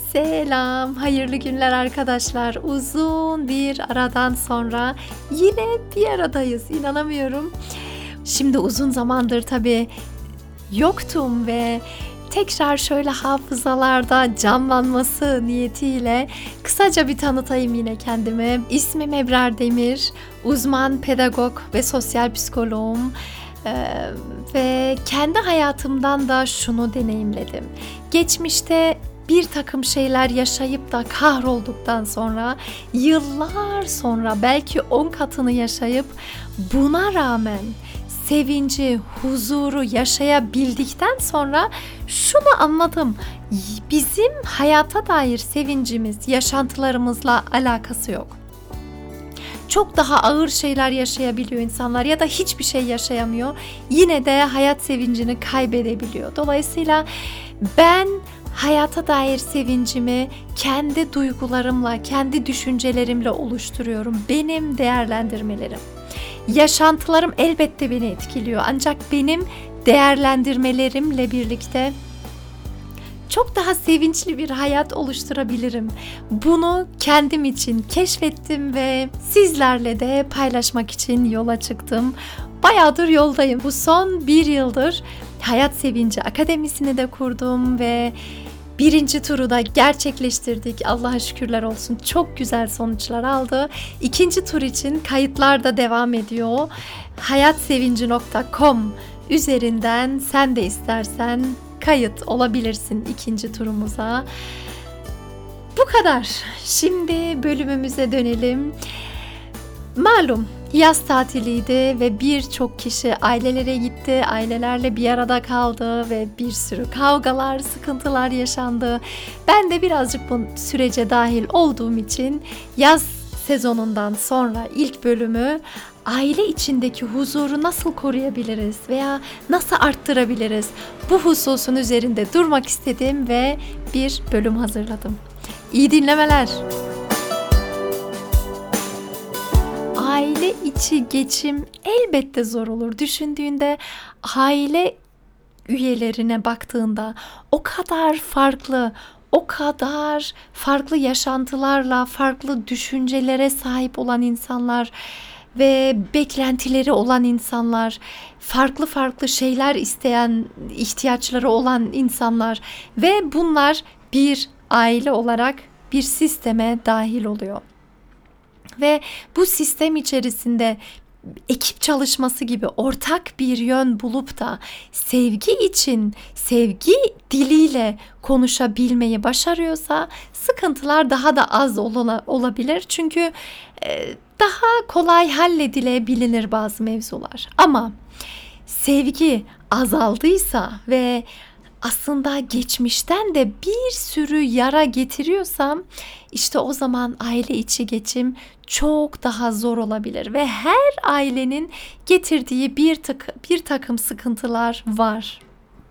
Selam, hayırlı günler arkadaşlar. Uzun bir aradan sonra yine bir aradayız. İnanamıyorum. Şimdi uzun zamandır tabii yoktum ve tekrar şöyle hafızalarda canlanması niyetiyle kısaca bir tanıtayım yine kendimi. İsmim Ebrar Demir, uzman pedagog ve sosyal psikoloğum. Ve kendi hayatımdan da şunu deneyimledim. Geçmişte bir takım şeyler yaşayıp da kahrolduktan sonra, yıllar sonra belki 10 katını yaşayıp buna rağmen sevinci, huzuru yaşayabildikten sonra şunu anladım. Bizim hayata dair sevincimiz yaşantılarımızla alakası yok. Çok daha ağır şeyler yaşayabiliyor insanlar ya da hiçbir şey yaşayamıyor. Yine de hayat sevincini kaybedebiliyor. Dolayısıyla ben hayata dair sevincimi kendi duygularımla, kendi düşüncelerimle oluşturuyorum. Benim değerlendirmelerim. Yaşantılarım elbette beni etkiliyor. Ancak benim değerlendirmelerimle birlikte çok daha sevinçli bir hayat oluşturabilirim. Bunu kendim için keşfettim ve sizlerle de paylaşmak için yola çıktım. Bayağıdır yoldayım. Bu son bir yıldır Hayat Sevinci Akademisi'ni de kurdum ve birinci turu da gerçekleştirdik. Allah'a şükürler olsun. Çok güzel sonuçlar aldı. İkinci tur için kayıtlar da devam ediyor. hayatsevinci.com üzerinden sen de istersen kayıt olabilirsin ikinci turumuza. Bu kadar. Şimdi bölümümüze dönelim. Malum yaz tatiliydi ve birçok kişi ailelere gitti, ailelerle bir arada kaldı ve bir sürü kavgalar, sıkıntılar yaşandı. Ben de birazcık bu sürece dahil olduğum için yaz sezonundan sonra ilk bölümü aile içindeki huzuru nasıl koruyabiliriz veya nasıl arttırabiliriz? Bu hususun üzerinde durmak istedim ve bir bölüm hazırladım. İyi dinlemeler. Aile içi geçim elbette zor olur. Düşündüğünde aile üyelerine baktığında o kadar farklı yaşantılarla, farklı düşüncelere sahip olan insanlar ve beklentileri olan insanlar, farklı şeyler isteyen, ihtiyaçları olan insanlar ve bunlar bir aile olarak bir sisteme dahil oluyor. Ve bu sistem içerisinde ekip çalışması gibi ortak bir yön bulup da sevgi için sevgi diliyle konuşabilmeyi başarıyorsa sıkıntılar daha da az olabilir. Çünkü daha kolay halledilebilir bazı mevzular. Ama sevgi azaldıysa ve aslında geçmişten de bir sürü yara getiriyorsam işte o zaman aile içi geçim çok daha zor olabilir ve her ailenin getirdiği bir takım sıkıntılar var.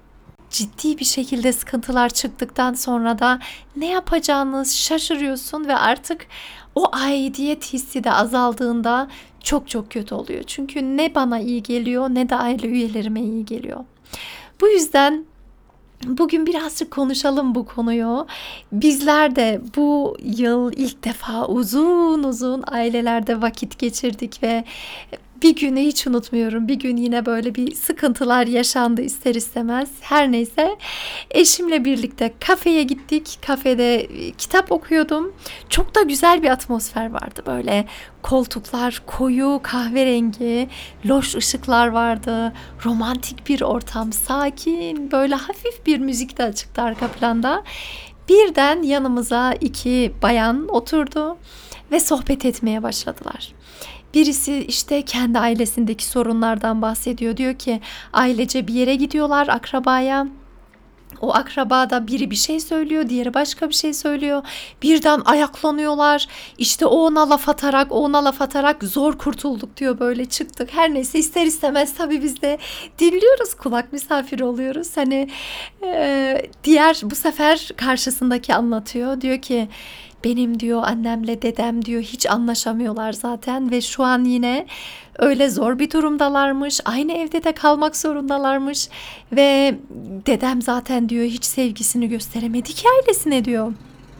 Ciddi bir şekilde sıkıntılar çıktıktan sonra da ne yapacağınız şaşırıyorsun ve artık o aidiyet hissi de azaldığında çok kötü oluyor. Çünkü ne bana iyi geliyor ne de aile üyelerime iyi geliyor. Bu yüzden bugün birazcık konuşalım bu konuyu. Bizler de bu yıl ilk defa uzun ailelerde vakit geçirdik ve bir günü hiç unutmuyorum. Bir gün yine böyle bir sıkıntılar yaşandı ister istemez. Her neyse eşimle birlikte kafeye gittik. Kafede kitap okuyordum. Çok da güzel bir atmosfer vardı. Böyle koltuklar koyu kahverengi, loş ışıklar vardı. Romantik bir ortam, sakin, böyle hafif bir müzik de açıktı arka planda. Birden yanımıza iki bayan oturdu ve sohbet etmeye başladılar. Birisi işte kendi ailesindeki sorunlardan bahsediyor. Diyor ki ailece bir yere gidiyorlar akrabaya. O akraba da biri bir şey söylüyor, diğeri başka bir şey söylüyor. Birden ayaklanıyorlar. İşte o ona laf atarak zor kurtulduk diyor, böyle çıktık. Her neyse ister istemez tabii biz de dinliyoruz, kulak misafiri oluyoruz. Hani diğer bu sefer karşısındaki anlatıyor. Diyor ki benim diyor annemle dedem diyor hiç anlaşamıyorlar zaten ve şu an yine öyle zor bir durumdalarmış. Aynı evde de kalmak zorundalarmış ve dedem zaten diyor hiç sevgisini gösteremedi ki ailesine diyor.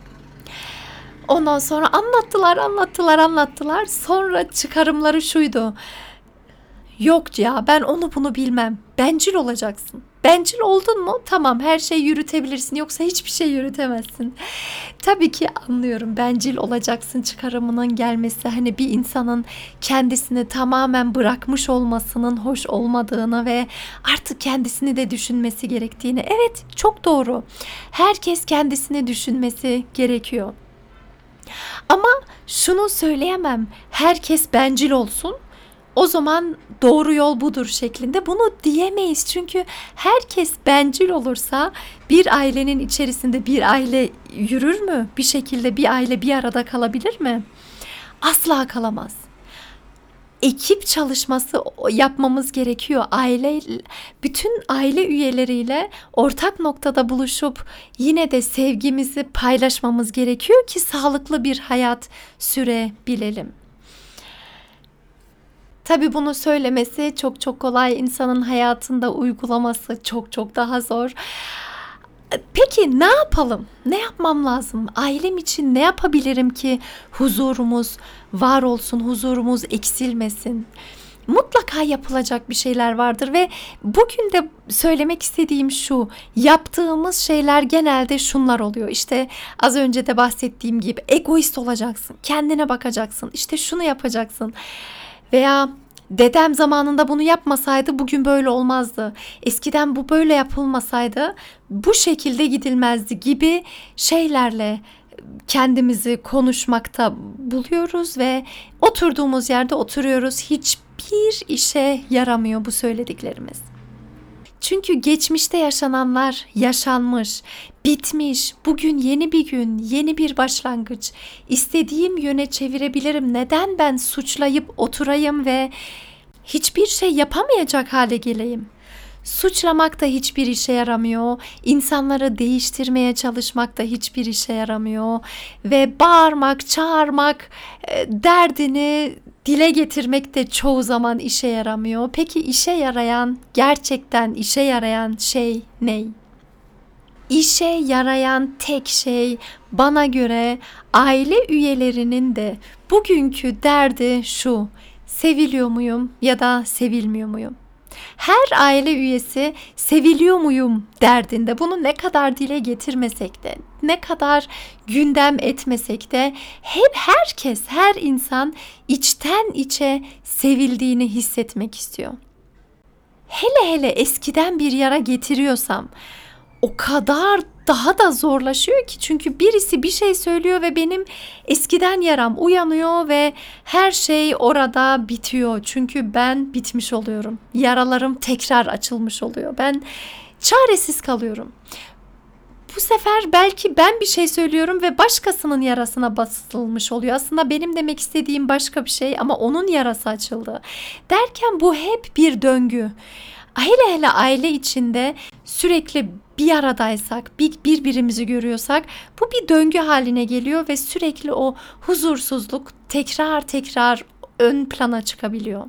Ondan sonra anlattılar. Sonra çıkarımları şuydu: yok ya, ben onu bunu bilmem. Bencil olacaksın. Bencil oldun mu tamam, her şeyi yürütebilirsin, yoksa hiçbir şey yürütemezsin. Tabii ki anlıyorum, bencil olacaksın çıkarımının gelmesi hani bir insanın kendisini tamamen bırakmış olmasının hoş olmadığını ve artık kendisini de düşünmesi gerektiğini. Evet, çok doğru. Herkes kendisini düşünmesi gerekiyor. Ama şunu söyleyemem: herkes bencil olsun, o zaman doğru yol budur şeklinde bunu diyemeyiz. Çünkü herkes bencil olursa bir ailenin içerisinde bir aile yürür mü? Bir şekilde bir aile bir arada kalabilir mi? Asla kalamaz. Ekip çalışması yapmamız gerekiyor. Bütün aile üyeleriyle ortak noktada buluşup yine de sevgimizi paylaşmamız gerekiyor ki sağlıklı bir hayat sürebilelim. Tabii bunu söylemesi çok çok kolay, insanın hayatında uygulaması çok çok daha zor. Peki ne yapalım? Ne yapmam lazım? Ailem için ne yapabilirim ki huzurumuz var olsun, huzurumuz eksilmesin? Mutlaka yapılacak bir şeyler vardır ve bugün de söylemek istediğim şu: yaptığımız şeyler genelde şunlar oluyor. İşte az önce de bahsettiğim gibi egoist olacaksın, kendine bakacaksın, işte şunu yapacaksın. Veya dedem zamanında bunu yapmasaydı bugün böyle olmazdı. Eskiden bu böyle yapılmasaydı bu şekilde gidilmezdi gibi şeylerle kendimizi konuşmakta buluyoruz ve oturduğumuz yerde oturuyoruz. Hiçbir işe yaramıyor bu söylediklerimiz. Çünkü geçmişte yaşananlar yaşanmış, bitmiş. Bugün yeni bir gün, yeni bir başlangıç. İstediğim yöne çevirebilirim. Neden ben suçlayıp oturayım ve hiçbir şey yapamayacak hale geleyim? Suçlamak da hiçbir işe yaramıyor. İnsanları değiştirmeye çalışmak da hiçbir işe yaramıyor. Ve bağırmak, çağırmak, derdini dile getirmek de çoğu zaman işe yaramıyor. Peki gerçekten işe yarayan şey ne? İşe yarayan tek şey bana göre aile üyelerinin de bugünkü derdi şu: seviliyor muyum ya da sevilmiyor muyum? Her aile üyesi seviliyor muyum derdinde. Bunu ne kadar dile getirmesek de, ne kadar gündem etmesek de her insan içten içe sevildiğini hissetmek istiyor. Hele eskiden bir yara getiriyorsam o kadar daha da zorlaşıyor ki, çünkü birisi bir şey söylüyor ve benim eskiden yaram uyanıyor ve her şey orada bitiyor. Çünkü ben bitmiş oluyorum. Yaralarım tekrar açılmış oluyor. Ben çaresiz kalıyorum. Bu sefer belki ben bir şey söylüyorum ve başkasının yarasına basılmış oluyor. Aslında benim demek istediğim başka bir şey ama onun yarası açıldı. Derken bu hep bir döngü. Hele aile içinde sürekli bir aradaysak, birbirimizi görüyorsak bu bir döngü haline geliyor ve sürekli o huzursuzluk tekrar ön plana çıkabiliyor.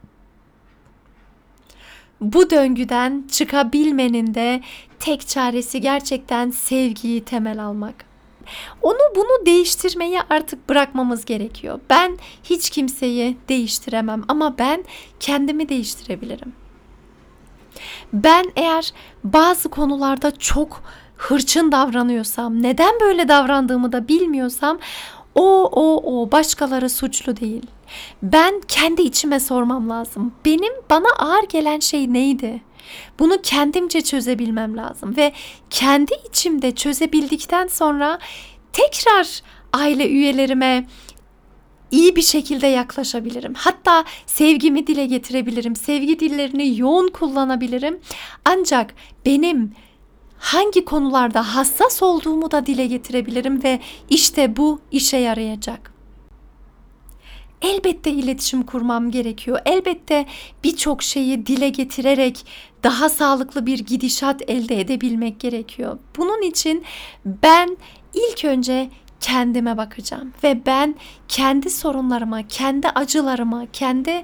Bu döngüden çıkabilmenin de tek çaresi gerçekten sevgiyi temel almak. Bunu değiştirmeyi artık bırakmamız gerekiyor. Ben hiç kimseyi değiştiremem ama ben kendimi değiştirebilirim. Ben eğer bazı konularda çok hırçın davranıyorsam, neden böyle davrandığımı da bilmiyorsam, başkaları suçlu değil. Ben kendi içime sormam lazım. Bana ağır gelen şey neydi? Bunu kendimce çözebilmem lazım ve kendi içimde çözebildikten sonra tekrar aile üyelerime iyi bir şekilde yaklaşabilirim. Hatta sevgimi dile getirebilirim. Sevgi dillerini yoğun kullanabilirim. Ancak benim hangi konularda hassas olduğumu da dile getirebilirim ve işte bu işe yarayacak. Elbette iletişim kurmam gerekiyor. Elbette birçok şeyi dile getirerek daha sağlıklı bir gidişat elde edebilmek gerekiyor. Bunun için ben ilk önce kendime bakacağım ve ben kendi sorunlarıma, kendi acılarıma, kendi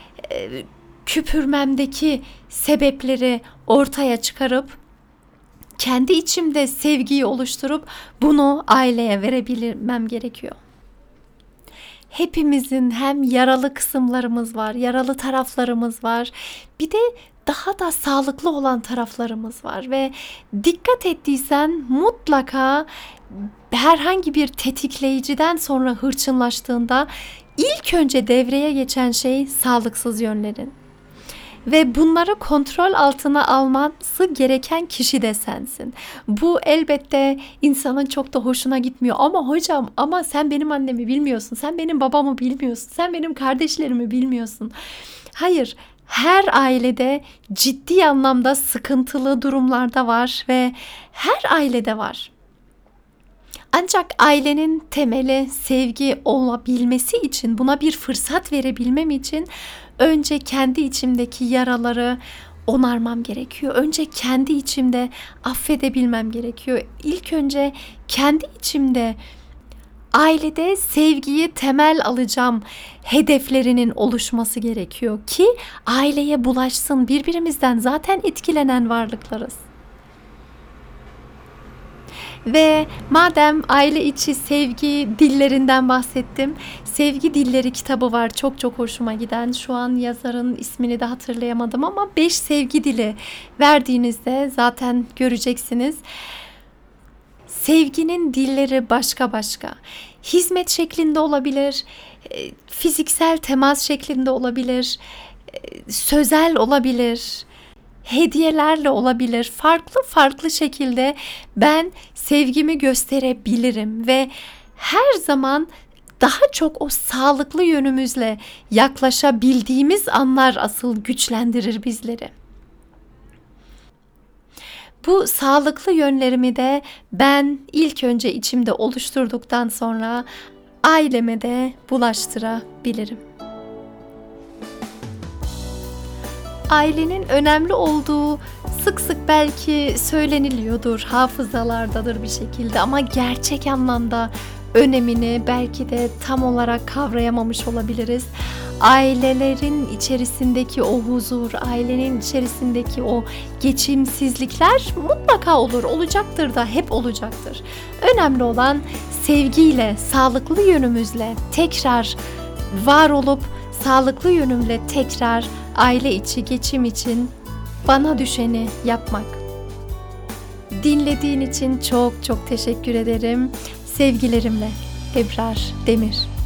küpürmemdeki sebepleri ortaya çıkarıp kendi içimde sevgiyi oluşturup bunu aileye verebilmem gerekiyor. Hepimizin hem yaralı kısımlarımız var, yaralı taraflarımız var. Bir de daha da sağlıklı olan taraflarımız var ve dikkat ettiysen mutlaka herhangi bir tetikleyiciden sonra hırçınlaştığında ilk önce devreye geçen şey sağlıksız yönlerin. Ve bunları kontrol altına alması gereken kişi de sensin. Bu elbette insanın çok da hoşuna gitmiyor. Ama hocam, ama sen benim annemi bilmiyorsun, sen benim babamı bilmiyorsun, sen benim kardeşlerimi bilmiyorsun. Hayır, her ailede ciddi anlamda sıkıntılı durumlarda var ve her ailede var. Ancak ailenin temeli sevgi olabilmesi için, buna bir fırsat verebilmem için önce kendi içimdeki yaraları onarmam gerekiyor. Önce kendi içimde affedebilmem gerekiyor. İlk önce kendi içimde ailede sevgiyi temel alacağım hedeflerinin oluşması gerekiyor ki aileye bulaşsın. Birbirimizden zaten etkilenen varlıklarız. Ve madem aile içi sevgi dillerinden bahsettim. Sevgi Dilleri kitabı var, çok çok hoşuma giden. Şu an yazarın ismini de hatırlayamadım ama 5 sevgi dili verdiğinizde zaten göreceksiniz. Sevginin dilleri başka başka. Hizmet şeklinde olabilir, fiziksel temas şeklinde olabilir, sözel olabilir, hediyelerle olabilir. Farklı farklı şekilde ben sevgimi gösterebilirim ve her zaman daha çok o sağlıklı yönümüzle yaklaşabildiğimiz anlar asıl güçlendirir bizleri. Bu sağlıklı yönlerimi de ben ilk önce içimde oluşturduktan sonra aileme de bulaştırabilirim. Ailenin önemli olduğu sık sık belki söyleniliyordur, hafızalardadır bir şekilde ama gerçek anlamda önemini belki de tam olarak kavrayamamış olabiliriz. Ailelerin içerisindeki o huzur, ailenin içerisindeki o geçimsizlikler mutlaka olur, olacaktır da hep olacaktır. Önemli olan sevgiyle, sağlıklı yönümüzle tekrar var olup sağlıklı yönümle tekrar aile içi geçim için bana düşeni yapmak. Dinlediğin için çok çok teşekkür ederim. Sevgilerimle Ebrar Demir.